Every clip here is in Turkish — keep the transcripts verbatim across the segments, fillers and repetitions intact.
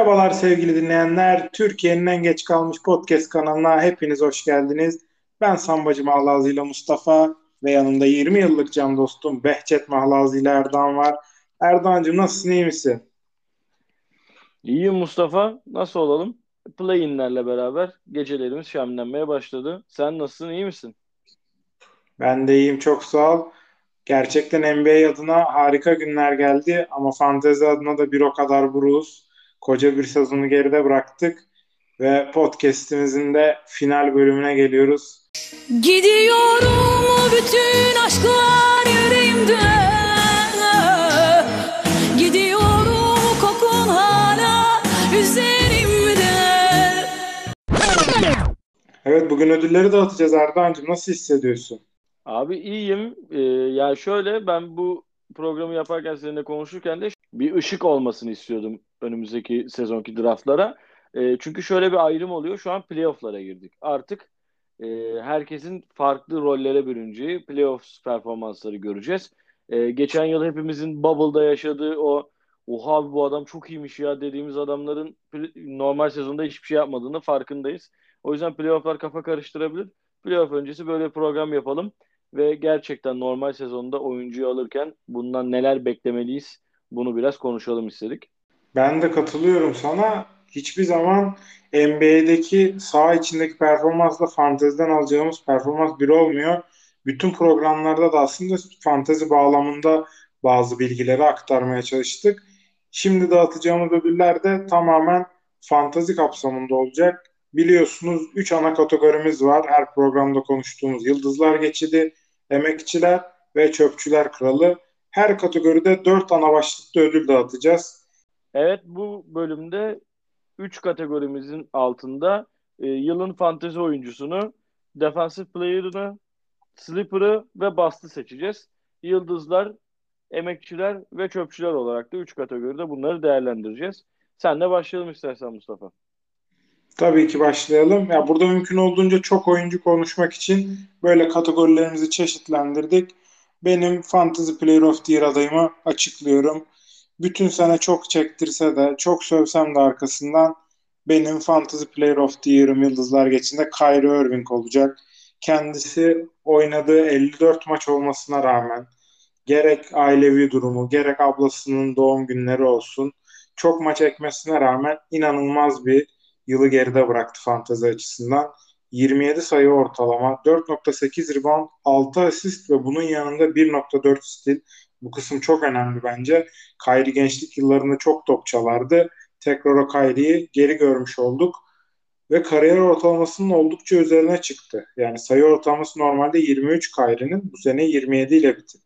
Merhabalar sevgili dinleyenler. Türkiye'nin en geç kalmış podcast kanalına hepiniz hoş geldiniz. Ben Sambacı Mahlazi ile Mustafa ve yanımda yirmi yıllık can dostum Behçet Mahlazi ile Erdoğan var. Erdoğancığım nasılsın, iyi misin? İyiyim Mustafa. Nasıl olalım? Play-in'lerle beraber gecelerimiz şenlenmeye başladı. Sen nasılsın? İyi misin? Ben de iyiyim, çok sağ ol. Gerçekten N B A adına harika günler geldi ama fantezi adına da bir o kadar buruz. Koca bir sezonu geride bıraktık ve podcast'imizin de final bölümüne geliyoruz. Gidiyorum bütün aşklar yüreğimde. Gidiyorum kokun hala üzerimde. Evet, bugün ödülleri dağıtacağız Erdoğancığım. Nasıl hissediyorsun? Abi iyiyim. Ee, ya şöyle ben bu programı yaparken seninle konuşurken de bir ışık olmasını istiyordum önümüzdeki sezonki draftlara. Ee, çünkü şöyle bir ayrım oluyor. Şu an playoff'lara girdik. Artık e, herkesin farklı rollere bürüneceği playoff performansları göreceğiz. Ee, geçen yıl hepimizin bubble'da yaşadığı o oha abi bu adam çok iyiymiş ya dediğimiz adamların pl- normal sezonda hiçbir şey yapmadığını farkındayız. O yüzden playoff'lar kafa karıştırabilir. Playoff öncesi böyle bir program yapalım ve gerçekten normal sezonda oyuncuyu alırken bundan neler beklemeliyiz? Bunu biraz konuşalım istedik. Ben de katılıyorum sana. Hiçbir zaman N B A'deki saha içindeki performansla fanteziden alacağımız performans bir olmuyor. Bütün programlarda da aslında fantezi bağlamında bazı bilgileri aktarmaya çalıştık. Şimdi dağıtacağımız ödüller de tamamen fantezi kapsamında olacak. Biliyorsunuz üç ana kategorimiz var. Her programda konuştuğumuz Yıldızlar Geçidi, Emekçiler ve Çöpçüler Kralı. Her kategoride dört ana başlıkta ödül dağıtacağız. Evet, bu bölümde üç kategorimizin altında e, yılın fantezi oyuncusunu, defensive player'ını, sleeper'ı ve bust'ı seçeceğiz. Yıldızlar, emekçiler ve çöpçüler olarak da üç kategoride bunları değerlendireceğiz. Sen de başlayalım istersen Mustafa. Tabii ki başlayalım. Ya burada mümkün olduğunca çok oyuncu konuşmak için böyle kategorilerimizi çeşitlendirdik. Benim Fantasy Player of the Year adayımı açıklıyorum. Bütün sene çok çektirse de, çok sövsem de arkasından benim Fantasy Player of the Year'ım Yıldızlar geçinde Kyrie Irving olacak. Kendisi oynadığı elli dört maç olmasına rağmen gerek ailevi durumu, gerek ablasının doğum günleri olsun, çok maç ekmesine rağmen inanılmaz bir yılı geride bıraktı fantezi açısından. yirmi yedi sayı ortalama, dört nokta sekiz rebound, altı asist ve bunun yanında bir nokta dört stil. Bu kısım çok önemli bence. Kyrie gençlik yıllarında çok top çalardı. Tekrar o Kyrie'yi geri görmüş olduk. Ve kariyer ortalamasının oldukça üzerine çıktı. Yani sayı ortalaması normalde yirmi üç Kyrie'nin bu sene yirmi yedi ile bitirdi.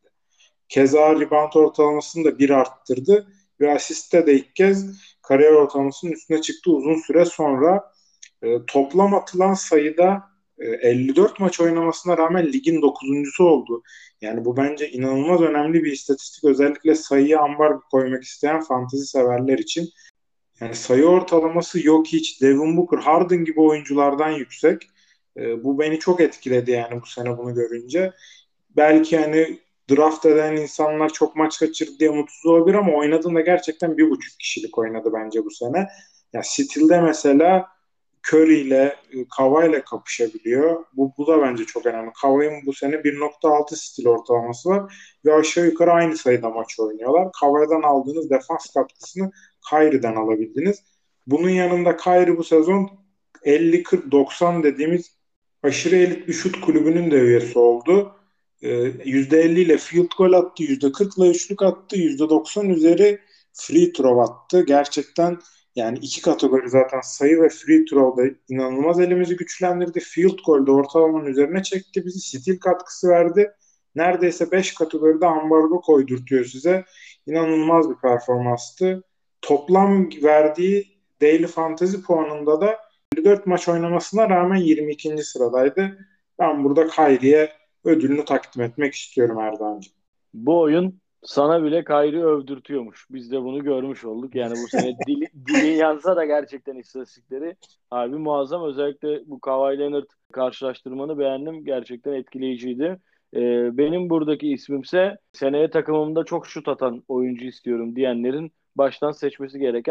Keza rebound ortalamasını da bir arttırdı ve asiste de ilk kez kariyer ortalamasının üstüne çıktı uzun süre sonra. E, toplam atılan sayıda e, elli dört maç oynamasına rağmen ligin dokuzuncusu oldu. Yani bu bence inanılmaz önemli bir istatistik. Özellikle sayıya ambar koymak isteyen fantezi severler için. Yani sayı ortalaması yok hiç. Devin Booker, Harden gibi oyunculardan yüksek. E, bu beni çok etkiledi yani bu sene bunu görünce. Belki hani draft eden insanlar çok maç kaçırdı diye mutsuz olabilir ama oynadığında gerçekten bir buçuk kişilik oynadı bence bu sene. Ya stilde mesela Curry ile e, Kawhi ile kapışabiliyor. Bu, bu da bence çok önemli. Kawhi'nin bu sene bir nokta altı stil ortalaması var ve aşağı yukarı aynı sayıda maç oynuyorlar. Kawhi'den aldığınız defans katkısını Kyrie'den alabildiniz. Bunun yanında Kyrie bu sezon elli kırk doksan dediğimiz aşırı elit bir şut kulübünün de üyesi oldu. Ee, yüzde elli ile field goal attı, yüzde kırk ile üçlük attı, yüzde doksan üzeri free throw attı. Gerçekten yani iki kategori zaten sayı ve free throw'da inanılmaz elimizi güçlendirdi. Field goal'de ortalamanın üzerine çekti bizi. Steal katkısı verdi. Neredeyse beş kategoride ambargo koydurtuyor size. İnanılmaz bir performanstı. Toplam verdiği daily fantasy puanında da elli dört maç oynamasına rağmen yirmi ikinci sıradaydı. Ben burada Kyrie'ye ödülünü takdim etmek istiyorum Erdoğan'cığım. Bu oyun sana bile Kyrie övdürtüyormuş. Biz de bunu görmüş olduk. Yani bu sene dili, dilin yansa da gerçekten istatistikleri harbi muazzam. Özellikle bu Kawhi Leonard karşılaştırmanı beğendim. Gerçekten etkileyiciydi. Ee, benim buradaki ismimse seneye takımımda çok şut atan oyuncu istiyorum diyenlerin baştan seçmesi gereken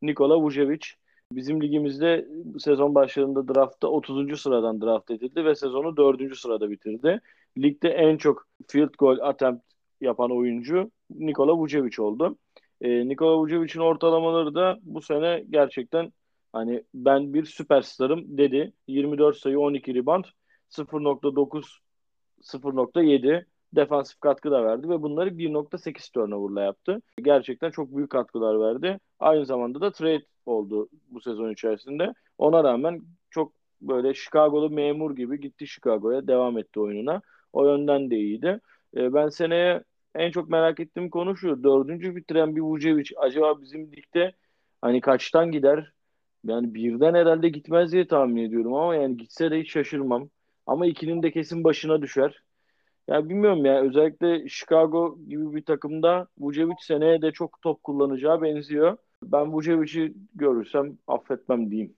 Nikola Vucevic. Bizim ligimizde sezon başlarında draftta otuzuncu sıradan draft edildi ve sezonu dördüncü sırada bitirdi. Ligde en çok field goal attempt yapan oyuncu Nikola Vucevic oldu. Ee, Nikola Vucevic'in ortalamaları da bu sene gerçekten hani ben bir süperstarım dedi. yirmi dört sayı, on iki rebound, sıfır nokta dokuz, sıfır nokta yedi defansif katkı da verdi ve bunları bir nokta sekiz turnover'la yaptı. Gerçekten çok büyük katkılar verdi. Aynı zamanda da trade oldu bu sezon içerisinde. Ona rağmen çok böyle Chicago'lu memur gibi gitti Chicago'ya, devam etti oyununa. O yönden de iyiydi. E, ben seneye en çok merak ettiğim konu şu. Dördüncü bitiren bir Vucevic acaba bizim ligde hani kaçtan gider? Yani birden herhalde gitmez diye tahmin ediyorum ama yani gitse de hiç şaşırmam. Ama ikinin de kesin başına düşer. Ya bilmiyorum ya, özellikle Chicago gibi bir takımda Vucevic seneye de çok top kullanacağı benziyor. Ben Vucevic'i görürsem affetmem diyeyim.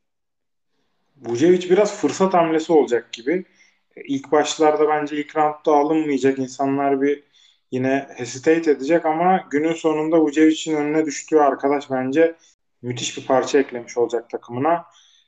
Vucevic biraz fırsat hamlesi olacak gibi. İlk başlarda bence ilk roundda alınmayacak. İnsanlar bir yine hesitate edecek ama günün sonunda Vucevic'in önüne düştüğü arkadaş bence müthiş bir parça eklemiş olacak takımına.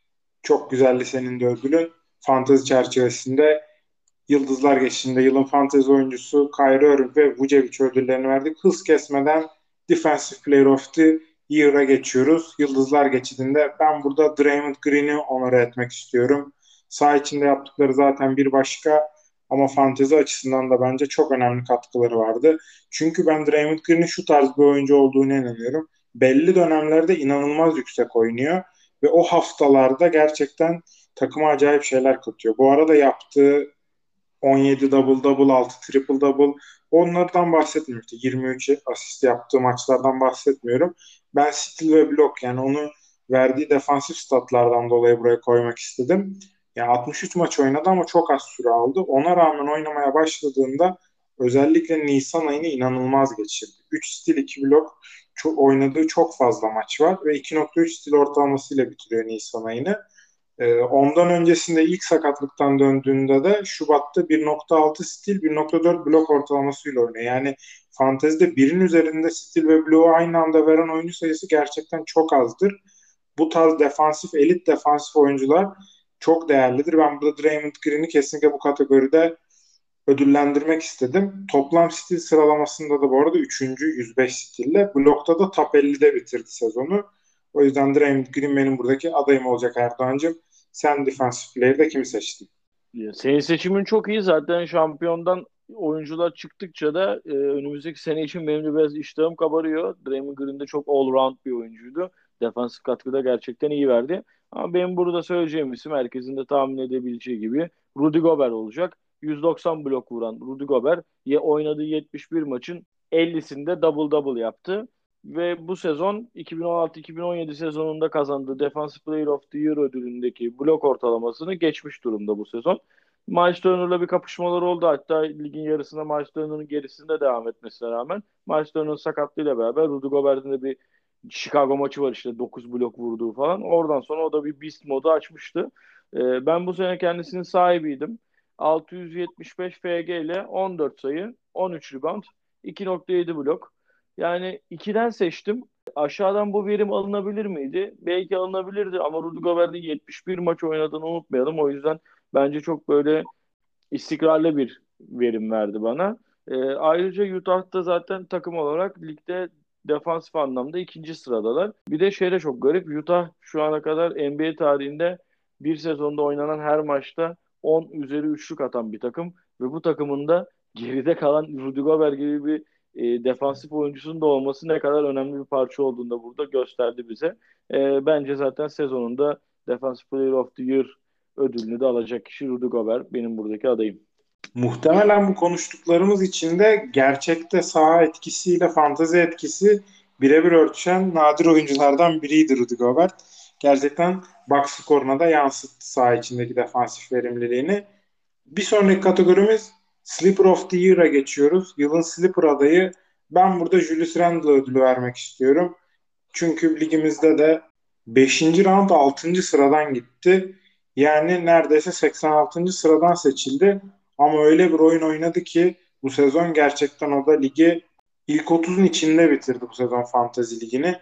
Çok güzeldi senin de ödülün. Fantezi çerçevesinde Yıldızlar Geçişi'nde yılın fantezi oyuncusu Kyrie Irving ve Vucevic ödüllerini verdik. Hız kesmeden Defensive Player of the Year'a geçiyoruz. Yıldızlar Geçidi'nde ben burada Draymond Green'i onore etmek istiyorum. Saha içinde yaptıkları zaten bir başka ama fantezi açısından da bence çok önemli katkıları vardı. Çünkü ben Draymond Green'in şu tarz bir oyuncu olduğunu inanıyorum. Belli dönemlerde inanılmaz yüksek oynuyor ve o haftalarda gerçekten takıma acayip şeyler katıyor. Bu arada yaptığı on yedi double double, altı triple double, onlardan bahsetmiyorum. İşte yirmi üç asist yaptığı maçlardan bahsetmiyorum. Ben steal ve block, yani onu verdiği defansif statlardan dolayı buraya koymak istedim. Yani altmış üç maç oynadı ama çok az süre aldı. Ona rağmen oynamaya başladığında özellikle Nisan ayını inanılmaz geçirdi. üç steal, iki blok, çok, oynadığı çok fazla maç var ve iki nokta üç steal ortalamasıyla bitiriyor Nisan ayını. Ee, ondan öncesinde ilk sakatlıktan döndüğünde de Şubat'ta bir nokta altı stil, bir nokta dört blok ortalamasıyla oynuyor. Yani fantezide birin üzerinde stil ve bloğu aynı anda veren oyuncu sayısı gerçekten çok azdır. Bu tarz defansif, elit defansif oyuncular çok değerlidir. Ben burada Draymond Green'i kesinlikle bu kategoride ödüllendirmek istedim. Toplam stil sıralamasında da bu arada üçüncü yüz beş stille. Blokta da top ellide bitirdi sezonu. O yüzden Draymond Green benim buradaki adayım olacak Erdoğan'cığım. Sen defensive player'da kimi seçtin? Ya, senin seçimin çok iyi. Zaten şampiyondan oyuncular çıktıkça da e, önümüzdeki sene için benim de biraz iştahım kabarıyor. Draymond Green de çok all-round bir oyuncuydu. Defansif katkıda gerçekten iyi verdi. Ama benim burada söyleyeceğim isim herkesin de tahmin edebileceği gibi Rudy Gobert olacak. yüz doksan blok vuran Rudy Gobert ya oynadığı yetmiş bir maçın ellisinde double double yaptı. Ve bu sezon iki bin on altı iki bin on yedi sezonunda kazandığı Defensive Player of the Year ödülündeki blok ortalamasını geçmiş durumda bu sezon. Miles Turner'la bir kapışmaları oldu. Hatta ligin yarısında Miles Turner'ın gerisinde devam etmesine rağmen Miles Turner'ın sakatlığıyla beraber Rudy Gobert'in de bir Chicago maçı var, işte dokuz blok vurduğu falan. Oradan sonra o da bir beast modu açmıştı. Ee, ben bu sene kendisinin sahibiydim. altı yüz yetmiş beş F G ile on dört sayı, on üç rebound, iki nokta yedi blok. Yani ikiden seçtim. Aşağıdan bu verim alınabilir miydi? Belki alınabilirdi ama Rudy Gobert'in yetmiş bir maç oynadığını unutmayalım. O yüzden bence çok böyle istikrarlı bir verim verdi bana. Ee, ayrıca Utah'ta zaten takım olarak ligde defansif anlamda ikinci sıradalar. Bir de şey de çok garip. Utah şu ana kadar N B A tarihinde bir sezonda oynanan her maçta on üzeri üçlük atan bir takım ve bu takımın da geride kalan Rudy Gobert gibi bir e, defansif oyuncusunun da olması ne kadar önemli bir parça olduğunu da burada gösterdi bize. E, bence zaten sezonunda Defensive Player of the Year ödülünü de alacak kişi Rudy Gobert. Benim buradaki adayım. Muhtemelen bu konuştuklarımız içinde gerçekte saha etkisiyle fantezi etkisi birebir örtüşen nadir oyunculardan biriydi Rudy Gobert. Gerçekten box skoruna da yansıttı saha içindeki defansif verimliliğini. Bir sonraki kategorimiz Sleeper of the Year'a geçiyoruz. Yılın Sleeper adayı. Ben burada Julius Randle ödülü vermek istiyorum. Çünkü ligimizde de beşinci round altıncı sıradan gitti. Yani neredeyse seksen altıncı sıradan seçildi. Ama öyle bir oyun oynadı ki bu sezon gerçekten o da ligi ilk otuzun içinde bitirdi bu sezon Fantasy Ligi'ni.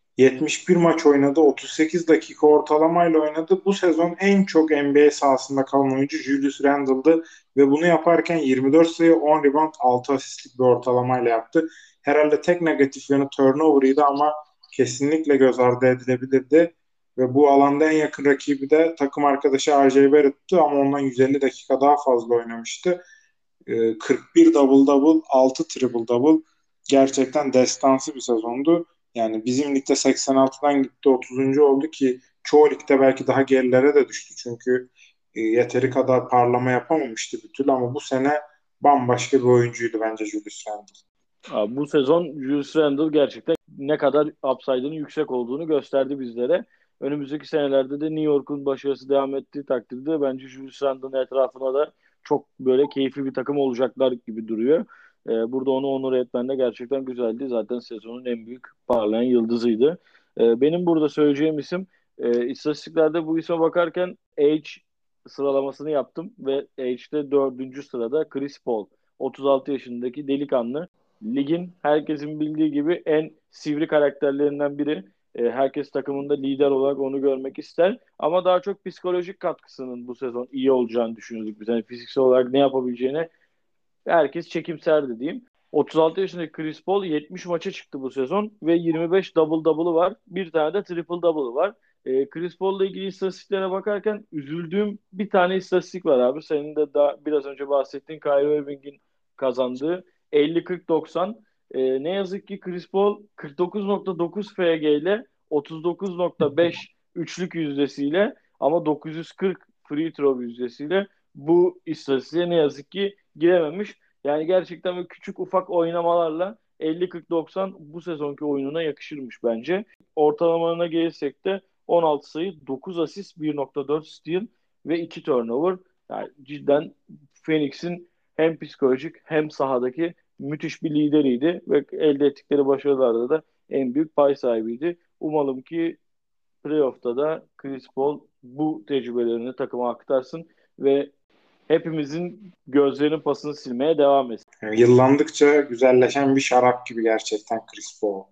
yetmiş bir maç oynadı. otuz sekiz dakika ortalamayla oynadı. Bu sezon en çok N B A sahasında kalan oyuncu Julius Randle'dı ve bunu yaparken yirmi dört sayı, on rebound, altı asistlik bir ortalamayla yaptı. Herhalde tek negatif yanı turnover'ıydı ama kesinlikle göz ardı edilebilirdi. Ve bu alanda en yakın rakibi de takım arkadaşı R J Barrett'tı ama ondan yüz elli dakika daha fazla oynamıştı. Ee, kırk bir double double, altı triple double, gerçekten destansı bir sezondu. Yani bizim ligde seksen altıdan gitti otuzuncu oldu ki çoğu ligde belki daha gerilere de düştü. Çünkü e, yeteri kadar parlama yapamamıştı bir türlü ama bu sene bambaşka bir oyuncuydu bence Julius Randle. Abi, bu sezon Julius Randle gerçekten ne kadar upside'ının yüksek olduğunu gösterdi bizlere. Önümüzdeki senelerde de New York'un başarısı devam ettiği takdirde bence Julius Randle'ın etrafına da çok böyle keyifli bir takım olacaklar gibi duruyor. Ee, burada onu onur etmen de gerçekten güzeldi. Zaten sezonun en büyük parlayan yıldızıydı. Ee, benim burada söyleyeceğim isim, e, istatistiklerde bu isme bakarken Age sıralamasını yaptım ve Age'de dördüncü sırada Chris Paul. otuz altı yaşındaki delikanlı. Ligin herkesin bildiği gibi en sivri karakterlerinden biri. E, herkes takımında lider olarak onu görmek ister. Ama daha çok psikolojik katkısının bu sezon iyi olacağını düşünüyorduk biz. Yani fiziksel olarak ne yapabileceğine herkes çekimserdi diyeyim. otuz altı yaşındaki Chris Paul yetmiş maça çıktı bu sezon ve yirmi beş double double'ı var. Bir tane de triple double'ı var. E, Chris Paul'la ilgili istatistiklere bakarken üzüldüğüm bir tane istatistik var abi. Senin de daha biraz önce bahsettiğin Kyrie Irving'in kazandığı elli kırk doksan. E, ne yazık ki Chris Paul kırk dokuz nokta dokuz F G ile otuz dokuz nokta beş üçlük yüzdesiyle ama dokuz yüz kırk free throw yüzdesiyle bu istatistiğe ne yazık ki girememiş. Yani gerçekten böyle küçük ufak oynamalarla elli kırk doksan bu sezonki oyununa yakışırmış bence. Ortalamalarına gelirsek de on altı sayı, dokuz asist, bir nokta dört steal ve iki turnover. Yani cidden Phoenix'in hem psikolojik hem sahadaki müthiş bir lideriydi ve elde ettikleri başarılarda da en büyük pay sahibiydi. Umalım ki playoff'ta da Chris Paul bu tecrübelerini takıma aktarsın ve hepimizin gözlerinin pasını silmeye devam etsin. Yani yıllandıkça güzelleşen bir şarap gibi gerçekten Chris Paul.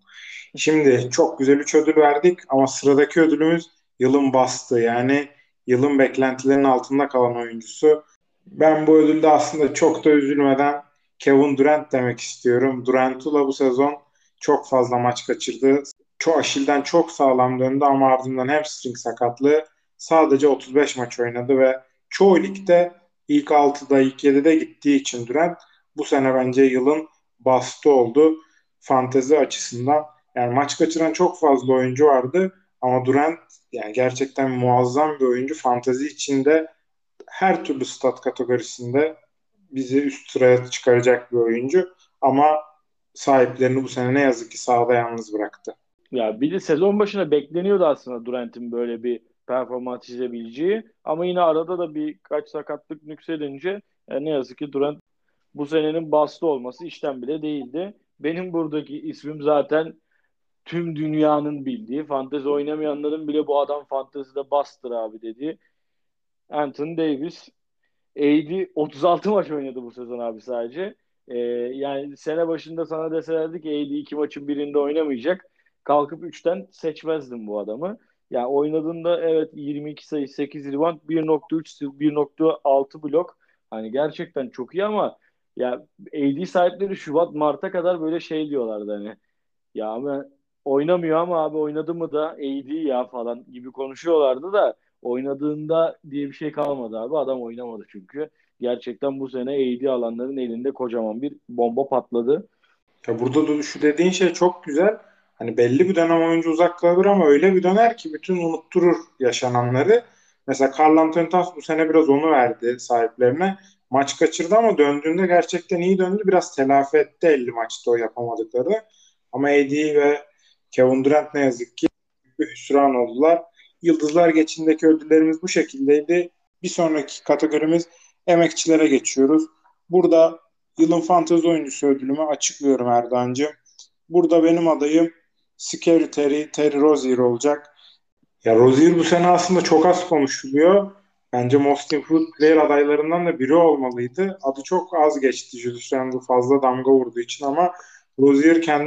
Şimdi çok güzel üç ödül verdik ama sıradaki ödülümüz yılın bastı. Yani yılın beklentilerinin altında kalan oyuncusu. Ben bu ödülde aslında çok da üzülmeden Kevin Durant demek istiyorum. Durant'ula bu sezon çok fazla maç kaçırdı. Çoğu Aşil'den çok sağlam döndü ama ardından hamstring sakatlığı, sadece otuz beş maç oynadı ve çoğu ligde ilk altıda, ilk yedide gittiği için Durant bu sene bence yılın bastı oldu fantezi açısından. Yani maç kaçıran çok fazla oyuncu vardı ama Durant yani gerçekten muazzam bir oyuncu. Fantezi içinde her türlü stat kategorisinde bizi üst sıraya çıkaracak bir oyuncu ama sahiplerini bu sene ne yazık ki sahada yalnız bıraktı. Ya bir de sezon başına bekleniyordu aslında Durant'in böyle bir performans çizebileceği ama yine arada da birkaç sakatlık nüksedince e, ne yazık ki Durant bu senenin bastı olması işten bile değildi. Benim buradaki ismim zaten tüm dünyanın bildiği, fantezi oynamayanların bile bu adam fantezide bastır abi dediği Anthony Davis. A D otuz altı maç oynadı bu sezon abi sadece. Ee, yani sene başında sana deselerdi ki A D iki maçın birinde oynamayacak. Kalkıp üçten seçmezdim bu adamı. Yani oynadığında evet yirmi iki sayı, sekiz rebound, bir nokta üç steal, bir nokta altı blok. Hani gerçekten çok iyi ama ya A D sahipleri Şubat Mart'a kadar böyle şey diyorlardı hani. Ya ama oynamıyor ama abi oynadı mı da A D ya falan gibi konuşuyorlardı da oynadığında diye bir şey kalmadı abi. Adam oynamadı çünkü. Gerçekten bu sene A D alanların elinde kocaman bir bomba patladı. Ya burada da şu dediğin şey çok güzel. Hani belli bir dönem oyuncu uzak kalır ama öyle bir döner ki bütün unutturur yaşananları. Mesela Karl Anthony Towns bu sene biraz onu verdi sahiplerine. Maç kaçırdı ama döndüğünde gerçekten iyi döndü. Biraz telafi etti elli maçta o yapamadıkları. Ama A D ve Kevin Durant ne yazık ki bir hüsran oldular. Yıldızlar geçindeki ödüllerimiz bu şekildeydi. Bir sonraki kategorimiz emekçilere geçiyoruz. Burada yılın fantezi oyuncusu ödülümü açıklıyorum Erdoğan'cığım. Burada benim adayım Scary Terry, Terry Rozier olacak. Ya Rozier bu sene aslında çok az konuşuluyor. Bence Most Improved Player adaylarından da biri olmalıydı. Adı çok az geçti Julius Randle fazla damga vurduğu için ama Rozier kendini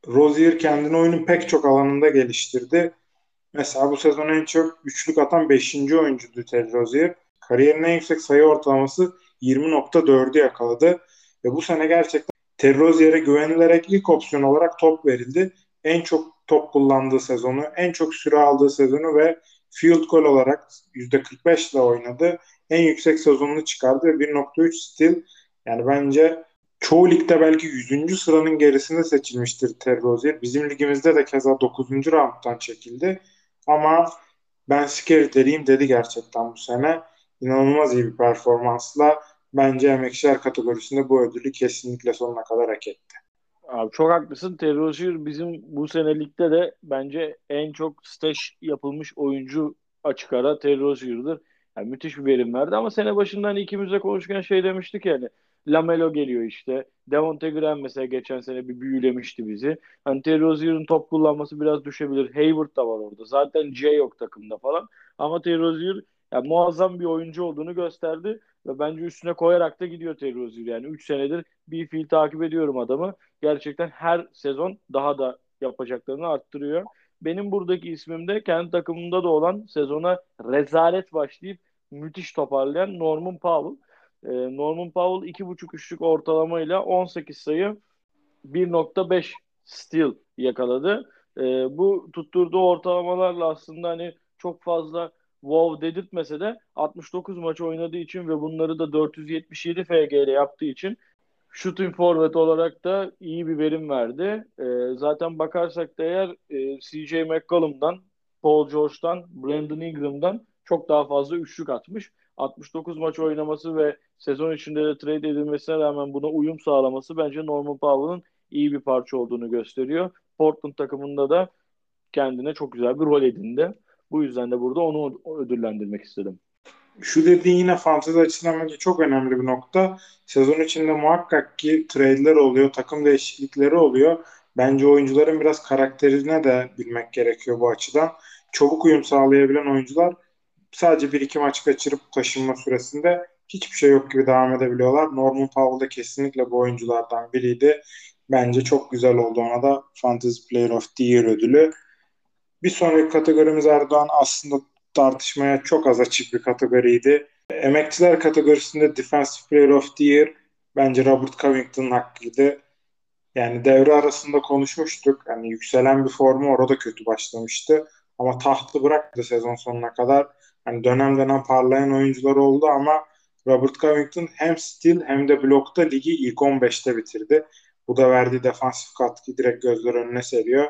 Rozier kendini oyunun pek çok alanında geliştirdi. Mesela bu sezon en çok üçlük atan beşinci oyuncuydu Terry Rozier. Kariyerinin en yüksek sayı ortalaması yirmi nokta dördü yakaladı. Ve bu sene gerçekten Terry Rozier'e güvenilerek ilk opsiyon olarak top verildi. En çok top kullandığı sezonu, en çok süre aldığı sezonu ve field goal olarak yüzde kırk beş ile oynadı. En yüksek sezonunu çıkardı ve bir nokta üç steal. Yani bence çoğu ligde belki yüzüncü sıranın gerisinde seçilmiştir Terry Rozier. Bizim ligimizde de keza dokuzuncu rounddan çekildi. Ama ben Skeriter'iyim dedi gerçekten bu sene. İnanılmaz iyi bir performansla bence emekçiler kategorisinde bu ödülü kesinlikle sonuna kadar hak etti. Abi çok haklısın. Terry Rozier bizim bu senelikte de bence en çok staj yapılmış oyuncu açık ara Terry Rozier'dır. Yani müthiş bir verim verdi ama sene başından hani ikimiz de konuşurken şey demiştik yani Lamelo geliyor işte. Devonte Graham mesela geçen sene bir büyülemişti bizi. Hani Terry Rozier'in top kullanması biraz düşebilir. Hayward da var orada. Zaten J yok takımda falan. Ama Terry Rozier yani muazzam bir oyuncu olduğunu gösterdi ve bence üstüne koyarak da gidiyor Terry Rozier. Yani üç senedir bir fiil takip ediyorum adamı, gerçekten her sezon daha da yapacaklarını arttırıyor. Benim buradaki ismim de kendi takımımda da olan, sezona rezalet başlayıp müthiş toparlayan Norman Powell. Ee, Norman Powell iki buçuk üçlük ortalamayla on sekiz sayı, bir nokta beş steal yakaladı. Ee, bu tutturduğu ortalamalarla aslında hani çok fazla wow dedirtmese de altmış dokuz maç oynadığı için ve bunları da dört yüz yetmiş yedi F G ile yaptığı için shooting forvet olarak da iyi bir verim verdi. Ee, zaten bakarsak da eğer e, C J McCollum'dan, Paul George'dan, Brandon Ingram'dan çok daha fazla üçlük atmış. altmış dokuz maç oynaması ve sezon içinde de trade edilmesine rağmen buna uyum sağlaması bence Norman Powell'ın iyi bir parça olduğunu gösteriyor. Portland takımında da kendine çok güzel bir rol edindi. Bu yüzden de burada onu ödüllendirmek istedim. Şu dediğin yine fantezi açısından bence çok önemli bir nokta. Sezon içinde muhakkak ki trade'ler oluyor, takım değişiklikleri oluyor. Bence oyuncuların biraz karakterine de bilmek gerekiyor bu açıdan. Çabuk uyum sağlayabilen oyuncular sadece bir iki maç kaçırıp taşınma süresinde hiçbir şey yok gibi devam edebiliyorlar. Norman Powell da kesinlikle bu oyunculardan biriydi. Bence çok güzel oldu. Ona da Fantasy Player of the Year ödülü. Bir sonraki kategorimiz Erdoğan aslında tartışmaya çok az açık bir kategoriydi. Emekçiler kategorisinde Defensive Player of the Year bence Robert Covington'ın hakkıydı. Yani devre arasında konuşmuştuk. Hani yükselen bir formu orada kötü başlamıştı. Ama tahtı bıraktı sezon sonuna kadar. Hani dönem dönem parlayan oyuncular oldu ama Robert Covington hem steal hem de blokta ligi ilk on beşte bitirdi. Bu da verdiği defansif katkıyı direkt gözler önüne seriyor.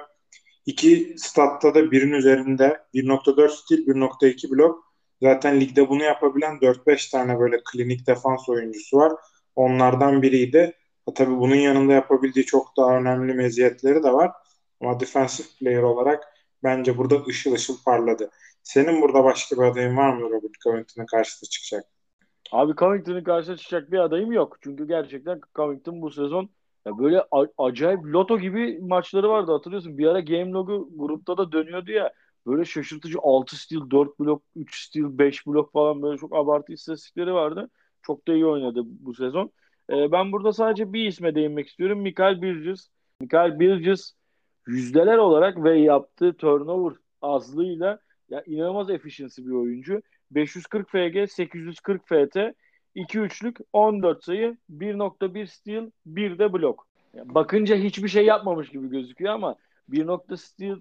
İki statta da birin üzerinde bir nokta dört stil, bir nokta iki blok. Zaten ligde bunu yapabilen dört beş tane böyle klinik defans oyuncusu var. Onlardan biriydi. Ha, tabii bunun yanında yapabildiği çok daha önemli meziyetleri de var. Ama defensive player olarak bence burada ışıl ışıl parladı. Senin burada başka bir adayın var mı Robert Covington'ın karşısına çıkacak? Abi Covington'ın karşısına çıkacak bir adayım yok. Çünkü gerçekten Covington bu sezon ya böyle a- acayip loto gibi maçları vardı, hatırlıyorsun. Bir ara Game Log'u grupta da dönüyordu ya. Böyle şaşırtıcı altı steal, dört blok, üç steal, beş blok falan, böyle çok abartı istatistikleri vardı. Çok da iyi oynadı bu sezon. Ee, ben burada sadece bir isme değinmek istiyorum. Michael Bridges. Michael Bridges yüzdeler olarak ve yaptığı turnover azlığıyla ya inanılmaz efficiency bir oyuncu. beş yüz kırk F G, sekiz yüz kırk F T, iki üçlük, on dört sayı, bir nokta bir steal, bir de blok. Yani bakınca hiçbir şey yapmamış gibi gözüküyor ama bir nokta steal,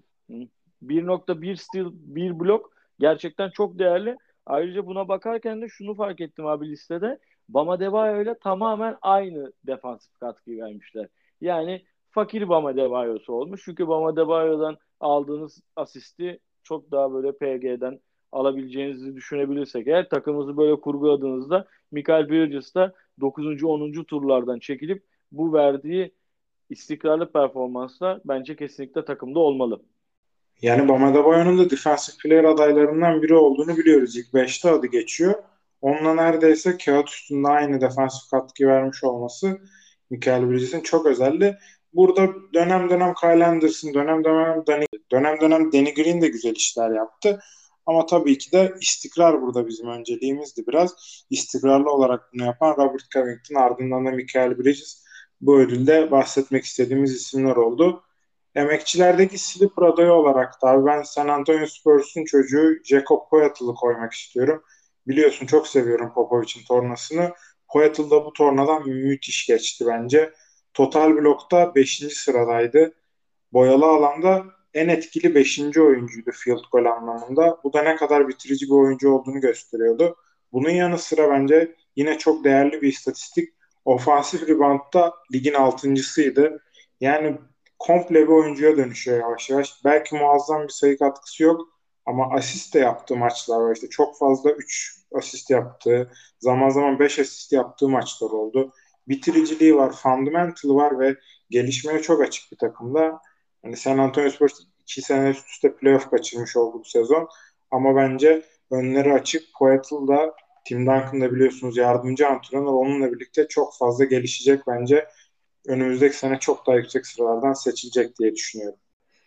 bir nokta bir steal, bir blok gerçekten çok değerli. Ayrıca buna bakarken de şunu fark ettim abi listede. Bam Adebayo ile tamamen aynı defansif katkıyı vermişler. Yani fakir Bam Adebayo'su olmuş. Çünkü Bam Adebayo'dan aldığınız asisti çok daha böyle P G'den alabileceğinizi düşünebilirsek eğer, takımınızı böyle kurguladığınızda Michael Bridges da dokuzuncu onuncu turlardan çekilip bu verdiği istikrarlı performansla bence kesinlikle takımda olmalı. Yani Bam Adebayo'nun da defensive player adaylarından biri olduğunu biliyoruz. İlk beşte adı geçiyor. Onunla neredeyse kağıt üstünde aynı defansif katkı vermiş olması Michael Bridges'in çok özelli. Burada dönem dönem Kyle Anderson, dönem dönem Danny, dönem dönem Danny Green de güzel işler yaptı. Ama tabii ki de istikrar burada bizim önceliğimizdi biraz. İstikrarlı olarak bunu yapan Robert Covington, ardından da Michael Bridges. Bu ödülde bahsetmek istediğimiz isimler oldu. Emekçilerdeki sleeper adayı olarak da abi ben San Antonio Spurs'un çocuğu Jakob Poeltl'ı koymak istiyorum. Biliyorsun çok seviyorum Popovic'in tornasını. Poeltl da bu tornadan müthiş geçti bence. Total blokta beşinci sıradaydı. Boyalı alanda en etkili beşinci oyuncuydu field goal anlamında. Bu da ne kadar bitirici bir oyuncu olduğunu gösteriyordu. Bunun yanı sıra bence yine çok değerli bir istatistik. Ofansif reboundda ligin altıncısıydı. Yani komple bir oyuncuya dönüşüyor yavaş yavaş. Belki muazzam bir sayı katkısı yok ama asist de yaptığı maçlar var. İşte çok fazla üç asist yaptığı, zaman zaman beş asist yaptığı maçlar oldu. Bitiriciliği var, fundamental var ve gelişmeye çok açık bir takımda. Yani San Antonio Spurs iki sene üst üste playoff kaçırmış oldu bu sezon. Ama bence önleri açık. Poeltl da Tim Duncan da biliyorsunuz yardımcı antrenör. Onunla birlikte çok fazla gelişecek bence. Önümüzdeki sene çok daha yüksek sıralardan seçilecek diye düşünüyorum.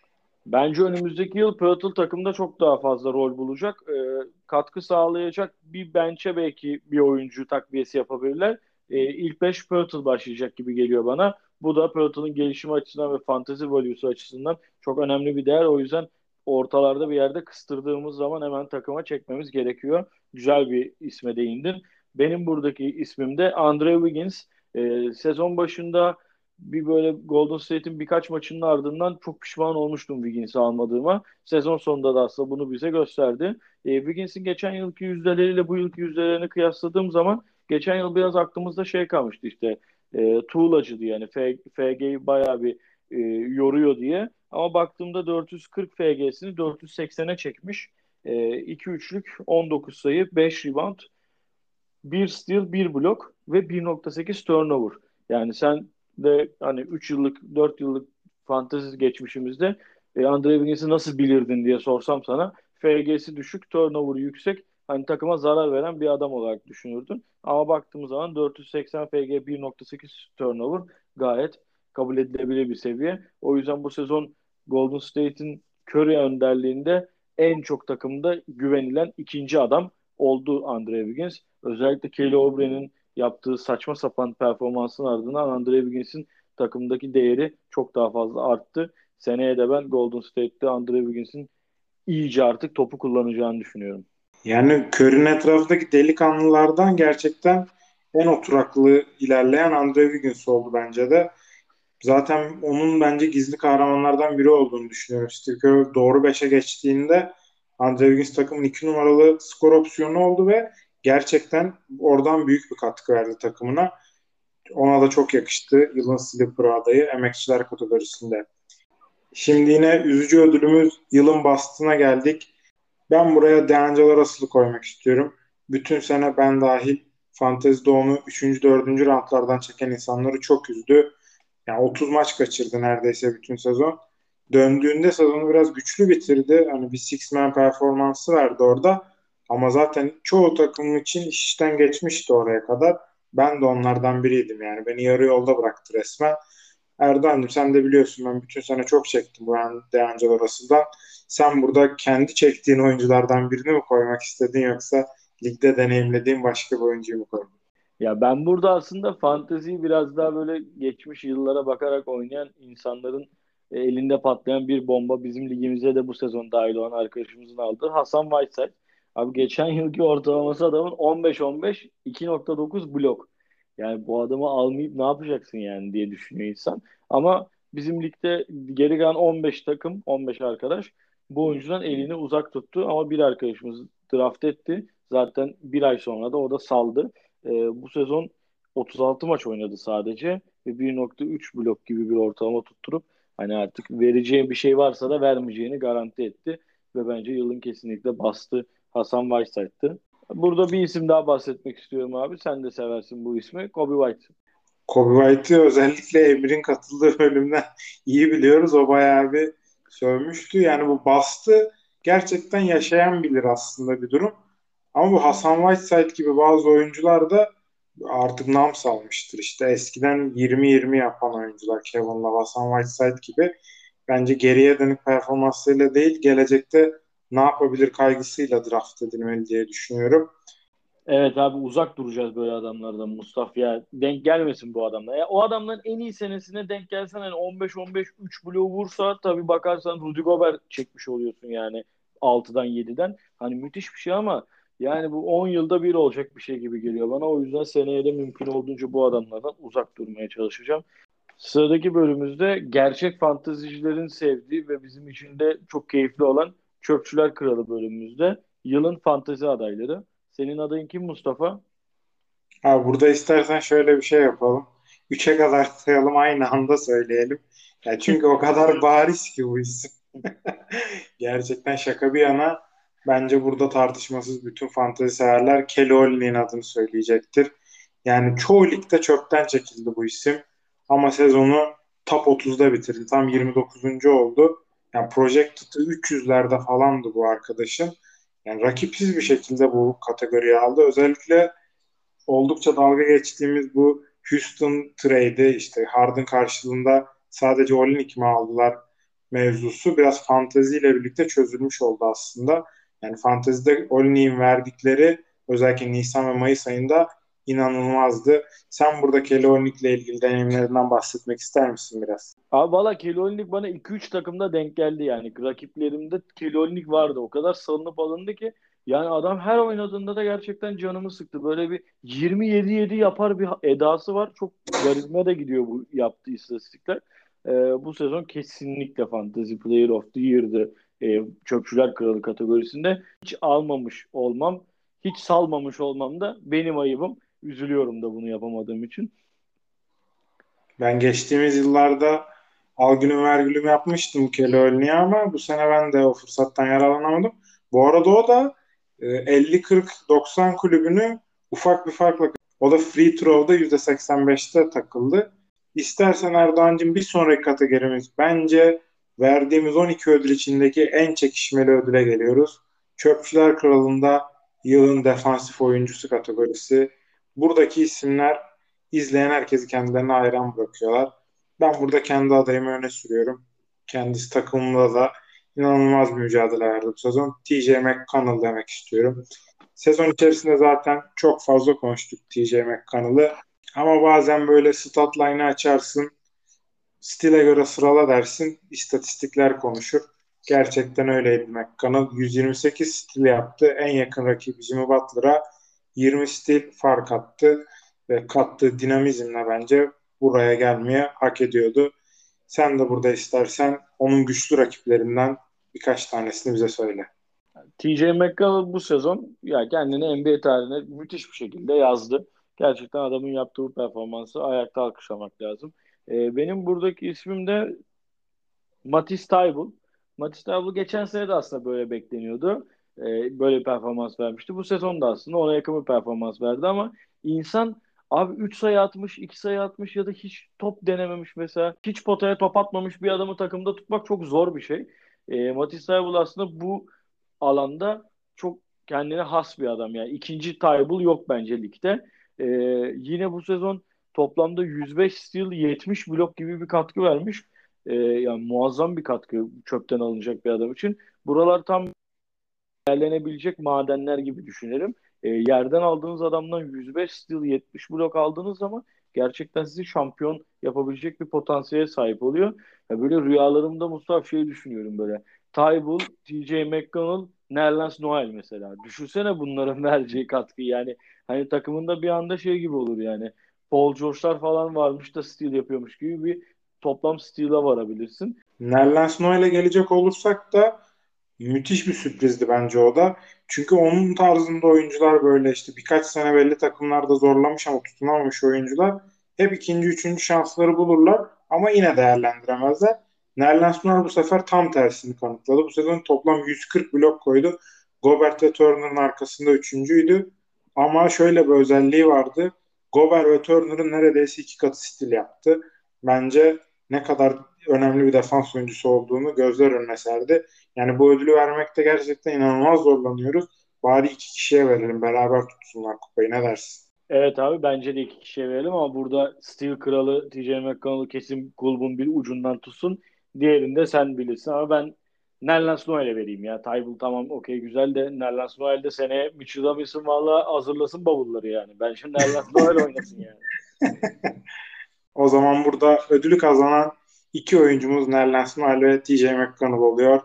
Bence önümüzdeki yıl Pirtle takımda çok daha fazla rol bulacak. Ee, katkı sağlayacak bir bench'e belki bir oyuncu takviyesi yapabilirler. Ee, ilk beş Pirtle başlayacak gibi geliyor bana. Bu da Pirtle'ın gelişimi açısından ve fantasy value'su açısından çok önemli bir değer. O yüzden ortalarda bir yerde kıstırdığımız zaman hemen takıma çekmemiz gerekiyor. Güzel bir isme değindin. Benim buradaki ismim de Andre Wiggins. Ee, sezon başında bir böyle Golden State'in birkaç maçının ardından çok pişman olmuştum Wiggins'i almadığıma. Sezon sonunda da aslında bunu bize gösterdi. E, Wiggins'in geçen yılki yüzdeleriyle bu yılki yüzdelerini kıyasladığım zaman geçen yıl biraz aklımızda şey kalmıştı işte e, tuğlacıydı yani F, FG'yi bayağı bir e, yoruyor diye. Ama baktığımda dört yüz kırk F G'sini dört yüz seksene çekmiş. E, iki üçlük on dokuz sayı, beş rebound, bir steal, bir blok ve bir nokta sekiz turnover. Yani sen de hani üç yıllık, dört yıllık fantezi geçmişimizde e, Andre Wiggins'i nasıl bilirdin diye sorsam sana F G'si düşük, turnover yüksek, hani takıma zarar veren bir adam olarak düşünürdün. Ama baktığımız zaman dört yüz seksen F G, bir nokta sekiz turnover gayet kabul edilebilir bir seviye. O yüzden bu sezon Golden State'in Curry önderliğinde en çok takımda güvenilen ikinci adam oldu Andre Wiggins. Özellikle Kelly Oubre'nin yaptığı saçma sapan performansın ardından Andre Wiggins'in takımdaki değeri çok daha fazla arttı. Seneye de ben Golden State'te Andre Wiggins'in iyice artık topu kullanacağını düşünüyorum. Yani Curry'nin etrafındaki delikanlılardan gerçekten en oturaklı ilerleyen Andre Wiggins oldu bence de. Zaten onun bence gizli kahramanlardan biri olduğunu düşünüyorum. Steve Kerr doğru beşe geçtiğinde Andre Wiggins takımın iki numaralı skor opsiyonu oldu ve gerçekten oradan büyük bir katkı verdi takımına. Ona da çok yakıştı. Yılın sleeper adayı emekçiler kategorisinde. Şimdi yine üzücü ödülümüz yılın bastına geldik. Ben buraya D'Angelo Russell'ı koymak istiyorum. Bütün sene ben dahil Fantezide onu üçüncü. dördüncü roundlardan çeken insanları çok üzdü. Yani otuz maç kaçırdı neredeyse bütün sezon. Döndüğünde sezonu biraz güçlü bitirdi. Hani bir six man performansı verdi orada. Ama zaten çoğu takım için iş işten geçmişti oraya kadar. Ben de onlardan biriydim yani. Beni yarı yolda bıraktı resmen. Erdoğan'cığım sen de biliyorsun ben bütün sene çok çektim bu D'Angelo Russell'dan. Sen burada kendi çektiğin oyunculardan birini mi koymak istedin yoksa ligde deneyimlediğin başka bir oyuncuyu mu koydun? Ya ben burada aslında fanteziyi biraz daha böyle geçmiş yıllara bakarak oynayan insanların e, elinde patlayan bir bomba, bizim ligimize de bu sezon dahil olan arkadaşımızın aldığı Hasan Whiteside. Abi geçen yılki ortalaması adamın on beş on beş, iki nokta dokuz blok. Yani bu adamı almayıp ne yapacaksın yani diye düşünüyor insan. Ama bizim ligde geri kalan on beş takım, on beş arkadaş bu oyuncudan elini uzak tuttu. Ama bir arkadaşımız draft etti. Zaten bir ay sonra da o da saldı. E, bu sezon otuz altı maç oynadı sadece ve bir nokta üç blok gibi bir ortalama tutturup hani artık vereceği bir şey varsa da vermeyeceğini garanti etti ve bence yılın kesinlikle bastı Hasan Whiteside'dı. Burada bir isim daha bahsetmek istiyorum abi. Sen de seversin bu ismi. Kobe White. Kobe White'ı özellikle Emir'in katıldığı bölümden iyi biliyoruz. O bayağı bir sövmüştü. Yani bu bastı gerçekten yaşayan bilir aslında bir durum. Ama bu Hasan Whiteside gibi bazı oyuncular da artık nam salmıştır. İşte eskiden yirmi yirmi yapan oyuncular Kevin Love, Hasan Whiteside gibi bence geriye dönük performansıyla değil gelecekte ne yapabilir kaygısıyla draft edilmeli diye düşünüyorum. Evet abi, uzak duracağız böyle adamlardan Mustafa ya. Denk gelmesin bu adamlar. Ya, o adamların en iyi senesine denk gelsen hani on beş on beş üç bloğu vursa tabii bakarsan Rudy Gobert çekmiş oluyorsun yani altıdan yediden. Hani müthiş bir şey ama yani bu on yılda bir olacak bir şey gibi geliyor bana. O yüzden seneye de mümkün olduğunca bu adamlardan uzak durmaya çalışacağım. Sıradaki bölümümüzde gerçek fantezicilerin sevdiği ve bizim için de çok keyifli olan Çöpçüler Kralı bölümümüzde yılın fantezi adayları. Senin adayın kim Mustafa? Ha, burada istersen şöyle bir şey yapalım. Üçe kadar sayalım, aynı anda söyleyelim. Ya çünkü o kadar bariz ki bu isim. Gerçekten şaka bir yana, bence burada tartışmasız bütün fantezi severler Kelly Olyny'nin adını söyleyecektir. Yani çoğu ligde çöpten çekildi bu isim. Ama sezonu top otuzda bitirdi. Tam yirmi dokuzuncu oldu. Yani projected üç yüzlerde falandı bu arkadaşın. Yani rakipsiz bir şekilde bu kategoriye aldı. Özellikle oldukça dalga geçtiğimiz bu Houston trade'i, işte Harden karşılığında sadece Olynyk mi aldılar mevzusu biraz fanteziyle birlikte çözülmüş oldu aslında. Yani fantezide Olynyk'in verdikleri özellikle Nisan ve Mayıs ayında inanılmazdı. Sen burada Kelly Olynyk'le ilgili deneyimlerinden bahsetmek ister misin biraz? Abi valla Kelly Olynyk bana iki üç takımda denk geldi yani. Rakiplerimde Kelly Olynyk vardı. O kadar salınıp alındı ki yani adam her oynadığında da gerçekten canımı sıktı. Böyle bir yirmi yedi yedi yapar bir edası var. Çok garibime de gidiyor bu yaptığı istatistikler. Ee, bu sezon kesinlikle Fantasy Player of the Year'dı. Ee, Çöpçüler Kralı kategorisinde. Hiç almamış olmam, hiç salmamış olmam da benim ayıbım. Üzülüyorum da bunu yapamadığım için. Ben geçtiğimiz yıllarda al gülüm ver gülüm yapmıştım Kelly Olyny'e ama bu sene ben de o fırsattan yararlanamadım. Bu arada o da e, elli kırk doksan kulübünü ufak bir farkla, o da free throw'da yüzde seksen beşte takıldı. İstersen Erdoğan'cığım, bir sonraki kategorimiz bence verdiğimiz on iki ödül içindeki en çekişmeli ödüle geliyoruz. Çöpçüler Kralı'nda yılın defansif oyuncusu kategorisi. Buradaki isimler izleyen herkesi kendilerine hayran bırakıyorlar. Ben burada kendi adayımı öne sürüyorum. Kendisi takımında da inanılmaz bir mücadele verdi bu sezon. T J McConnell demek istiyorum. Sezon içerisinde zaten çok fazla konuştuk T J McConnell'ı. Ama bazen böyle stat line'ı açarsın, stile göre sırala dersin, istatistikler konuşur. Gerçekten öyleydi McConnell. yüz yirmi sekiz stil yaptı. En yakın rakibi Jimmy Butler'a yirmi stil fark attı ve kattığı dinamizmle bence buraya gelmeye hak ediyordu. Sen de burada istersen onun güçlü rakiplerinden birkaç tanesini bize söyle. T J McConnell bu sezon ya kendini N B A tarihine müthiş bir şekilde yazdı. Gerçekten adamın yaptığı bu performansı ayakta alkışlamak lazım. Ee, benim buradaki ismim de Matisse Thybulle. Matisse Thybulle geçen sene de aslında böyle bekleniyordu. Ee, böyle bir performans vermişti. Bu sezon da aslında ona yakın bir performans verdi ama insan abi üç sayı atmış, iki sayı atmış ya da hiç top denememiş mesela. Hiç potaya top atmamış bir adamı takımda tutmak çok zor bir şey. Ee, Matisse Thybulle aslında bu alanda çok kendine has bir adam. Yani ikinci Thybulle yok bence ligde. Ee, Yine bu sezon toplamda yüz beş steal, yetmiş blok gibi bir katkı vermiş. Ee, yani muazzam bir katkı çöpten alınacak bir adam için. Buralar tam değerlenebilecek madenler gibi düşünelim. E, yerden aldığınız adamdan yüz beş steal, yetmiş blok aldığınız zaman gerçekten sizi şampiyon yapabilecek bir potansiyele sahip oluyor. Ya böyle rüyalarımda Mustafa şey düşünüyorum böyle. Thybulle, T J McConnell, Nerlens Noel mesela. Düşünsene bunların vereceği katkı yani. Hani takımında bir anda şey gibi olur yani. Paul George'lar falan varmış da steal yapıyormuş gibi bir toplam steal'a varabilirsin. Nerlens Noel'e gelecek olursak da müthiş bir sürprizdi bence o da. Çünkü onun tarzında oyuncular, böyle işte birkaç sene belli takımlarda zorlamış ama tutunamamış oyuncular hep ikinci, üçüncü şansları bulurlar ama yine değerlendiremezler. Nerlens Noel bu sefer tam tersini kanıtladı. Bu sezon toplam yüz kırk blok koydu. Gobert ve Turner'ın arkasında üçüncüydü. Ama şöyle bir özelliği vardı. Gobert ve Turner'ın neredeyse iki katı stil yaptı. Bence ne kadar önemli bir defans oyuncusu olduğunu gözler önüne serdi. Yani bu ödülü vermekte gerçekten inanılmaz zorlanıyoruz. Bari iki kişiye verelim, beraber tutsunlar kupayı, ne dersin? Evet abi, bence de iki kişiye verelim ama burada Steel Kralı T J McConnell kesin kulbun bir ucundan tutsun. Diğerini de sen bilirsin ama ben Nerlens Noel'e vereyim ya. Tybal tamam okey güzel de Nerlens Noel de seneye Mitchell Robinson valla hazırlasın bavulları yani. Ben şimdi Nerlens Noel oynasın yani. O zaman burada ödülü kazanan iki oyuncumuz Nerlens Noel ve T J McConnell oluyor.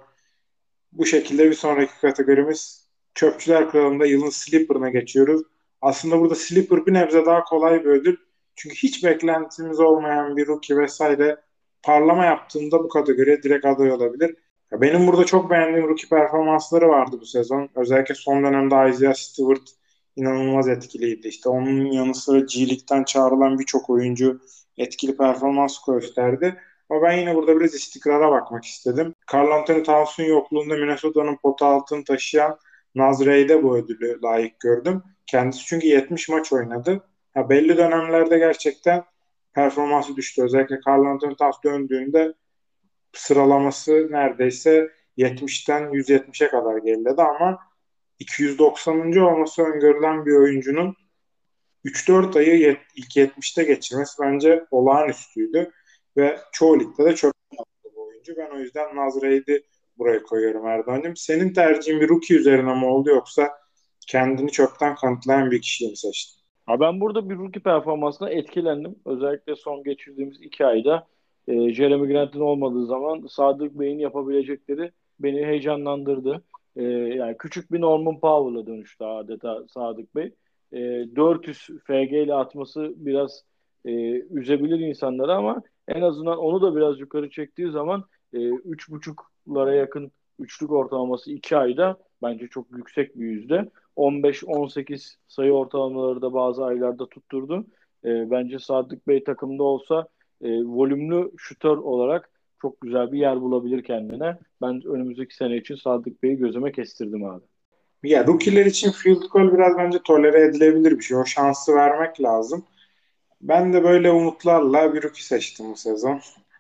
Bu şekilde bir sonraki kategorimiz Çöpçüler Kralı'nda yılın Slipper'ına geçiyoruz. Aslında burada Slipper bir nebze daha kolay bir ödül. Çünkü hiç beklentimiz olmayan bir rookie vesaire parlama yaptığında bu kategoriye direkt aday olabilir. Ya benim burada çok beğendiğim rookie performansları vardı bu sezon. Özellikle son dönemde Isaiah Stewart inanılmaz etkiliydi. İşte onun yanı sıra G League'den çağrılan birçok oyuncu etkili performans gösterdi. Ama ben yine burada biraz istikrara bakmak istedim. Karl Anthony Towns'un yokluğunda Minnesota'nın pota altını taşıyan Naz Reid'e bu ödülü layık gördüm. Kendisi çünkü yetmiş maç oynadı. Ha, belli dönemlerde gerçekten performansı düştü. Özellikle Karl Anthony Towns döndüğünde sıralaması neredeyse yetmişten yüz yetmişe kadar geriledi ama iki yüz doksanıncı olması öngörülen bir oyuncunun üç dört ayı yet- ilk yetmişte geçirmesi bence olağanüstüydü ve çoğu ligde de çok yaptı bu oyuncu. Ben o yüzden Nazreyd'i buraya koyuyorum Erdoğan'cığım. Senin tercihin bir rookie üzerine mi oldu yoksa kendini çoktan kanıtlayan bir kişiyi mi seçtin? Ha ben burada bir rookie performansına etkilendim. Özellikle son geçirdiğimiz iki ayda e, Jeremy Grant'in olmadığı zaman Sadık Bey'in yapabilecekleri beni heyecanlandırdı. E, yani küçük bir Norman Powell'a dönüştü adeta Sadık Bey. E, dört yüz F G ile atması biraz e, üzebilir insanları ama en azından onu da biraz yukarı çektiği zaman e, üç buçuklara yakın üçlük ortalaması iki ayda bence çok yüksek bir yüzde. on beş on sekiz sayı ortalamaları da bazı aylarda tutturdu. E, bence Sadık Bey takımda olsa e, volümlü şutör olarak çok güzel bir yer bulabilir kendine. Ben önümüzdeki sene için Sadık Bey'i gözüme kestirdim abi. Ya rookie'ler için field goal biraz bence tolere edilebilir bir şey. O şansı vermek lazım. Ben de böyle umutlarla bir rookie seçtim bu sezon.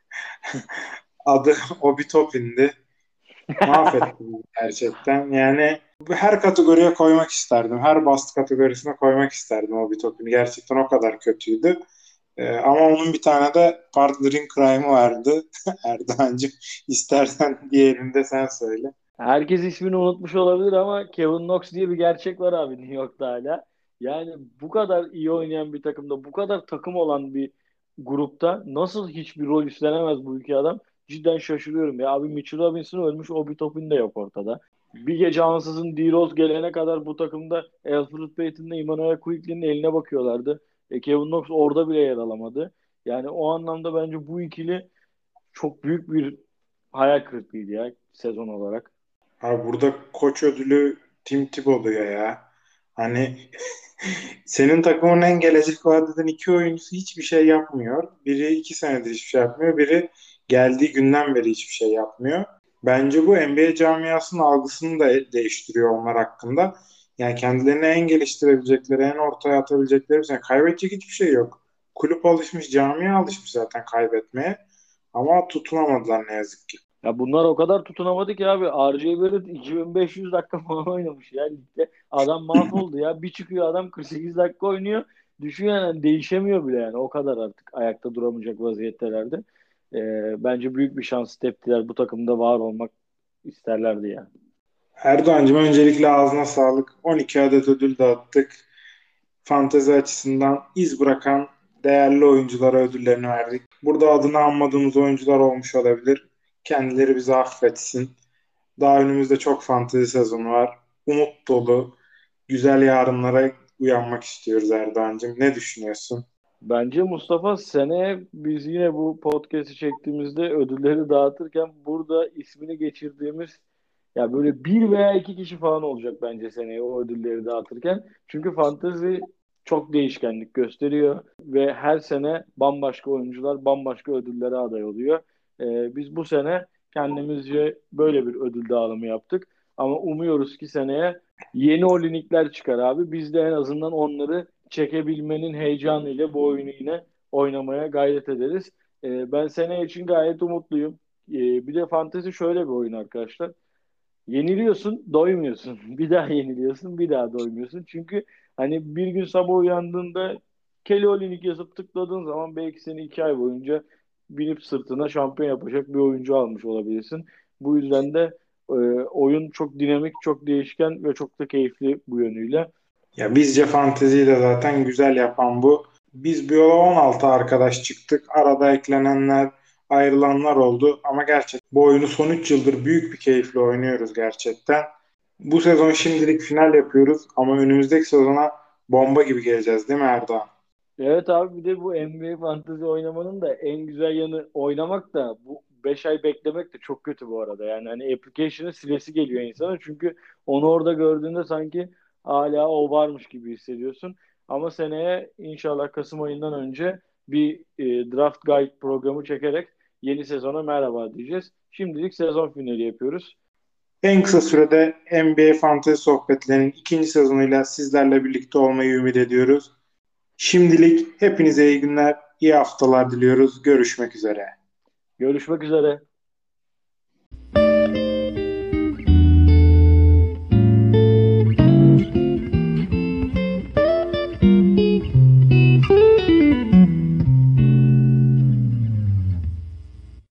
Adı Obi Toppin'di. Mahvettim gerçekten. Yani her kategoriye koymak isterdim. Her bast kategorisine koymak isterdim o bir topunu. Gerçekten o kadar kötüydü. Ee, ama onun bir tane de partnering crime'ı vardı. Erdoğan'cığım istersen diğerini de sen söyle. Herkes ismini unutmuş olabilir ama Kevin Knox diye bir gerçek var abi New York'ta hala. Yani bu kadar iyi oynayan bir takımda, bu kadar takım olan bir grupta nasıl hiçbir rol üstlenemez bu iki adam? Cidden şaşırıyorum ya. Abi Mitchell Robinson ölmüş, Obi Toppin de yok ortada. Bir gece ansızın D-Rose gelene kadar bu takımda Alfred Payton'la Immanuel Quickley'nin eline bakıyorlardı. E, Kevin Knox orada bile yer alamadı. Yani o anlamda bence bu ikili çok büyük bir hayal kırıklığıydı ya sezon olarak. Abi burada koç ödülü Tim Tebow'luyor ya. Hani senin takımın en gelecek vaat eden iki oyuncusu hiçbir şey yapmıyor. Biri iki senedir hiçbir şey yapmıyor. Biri geldiği günden beri hiçbir şey yapmıyor. Bence bu N B A camiasının algısını da değiştiriyor onlar hakkında. Yani kendilerini en geliştirebilecekleri, en ortaya atabilecekleri bir şey. Kaybedecek hiçbir şey yok. Kulüp alışmış, camia alışmış zaten kaybetmeye. Ama tutunamadılar ne yazık ki. Ya bunlar o kadar tutunamadı ki abi. R J Barrett iki bin beş yüz dakika falan oynamış ya ligde. Adam mahvoldu ya. Bir çıkıyor adam kırk sekiz dakika oynuyor. Düşüyor yani değişemiyor bile yani. O kadar artık ayakta duramayacak vaziyettelerdi. Ee, bence büyük bir şans teptiler. Bu takımda var olmak isterlerdi yani. Erdoğan'cığım öncelikle ağzına sağlık. on iki adet ödül dağıttık. Fantezi açısından iz bırakan değerli oyunculara ödüllerini verdik. Burada adını anmadığımız oyuncular olmuş olabilir. Kendileri bizi affetsin. Daha önümüzde çok fantezi sezonu var. Umut dolu, güzel yarınlara uyanmak istiyoruz Erdoğan'cığım. Ne düşünüyorsun? Bence Mustafa seneye biz yine bu podcast'i çektiğimizde ödülleri dağıtırken burada ismini geçirdiğimiz ya böyle bir veya iki kişi falan olacak bence seneye o ödülleri dağıtırken. Çünkü fantezi çok değişkenlik gösteriyor ve her sene bambaşka oyuncular bambaşka ödüllere aday oluyor. Ee, biz bu sene kendimizce böyle bir ödül dağılımı yaptık. Ama umuyoruz ki seneye yeni olinikler çıkar abi. Biz de en azından onları çekebilmenin heyecanıyla bu oyunu yine oynamaya gayret ederiz. Ee, ben sene için gayet umutluyum. Ee, bir de fantezi şöyle bir oyun arkadaşlar. Yeniliyorsun, doymuyorsun. Bir daha yeniliyorsun, bir daha doymuyorsun. Çünkü hani bir gün sabah uyandığında Kelly Olynyk yazıp tıkladığın zaman belki seni iki ay boyunca binip sırtına şampiyon yapacak bir oyuncu almış olabilirsin. Bu yüzden de E, oyun çok dinamik, çok değişken ve çok da keyifli bu yönüyle. Ya bizce fanteziyi de zaten güzel yapan bu. Biz bu yola on altı arkadaş çıktık. Arada eklenenler, ayrılanlar oldu. Ama gerçekten bu oyunu son üç yıldır büyük bir keyifle oynuyoruz gerçekten. Bu sezon şimdilik final yapıyoruz ama önümüzdeki sezona bomba gibi geleceğiz değil mi Erdoğan? Evet abi, bir de bu N B A fantezi oynamanın da en güzel yanı, oynamak da bu beş ay beklemek de çok kötü bu arada. Yani hani application'ı silesi geliyor insana, çünkü onu orada gördüğünde sanki hala o varmış gibi hissediyorsun. Ama seneye inşallah Kasım ayından önce bir e, draft guide programı çekerek yeni sezona merhaba diyeceğiz. Şimdilik sezon finali yapıyoruz. En kısa sürede N B A Fantezi Sohbetlerinin ikinci sezonuyla sizlerle birlikte olmayı ümit ediyoruz. Şimdilik hepinize iyi günler, iyi haftalar diliyoruz. Görüşmek üzere. Görüşmek üzere.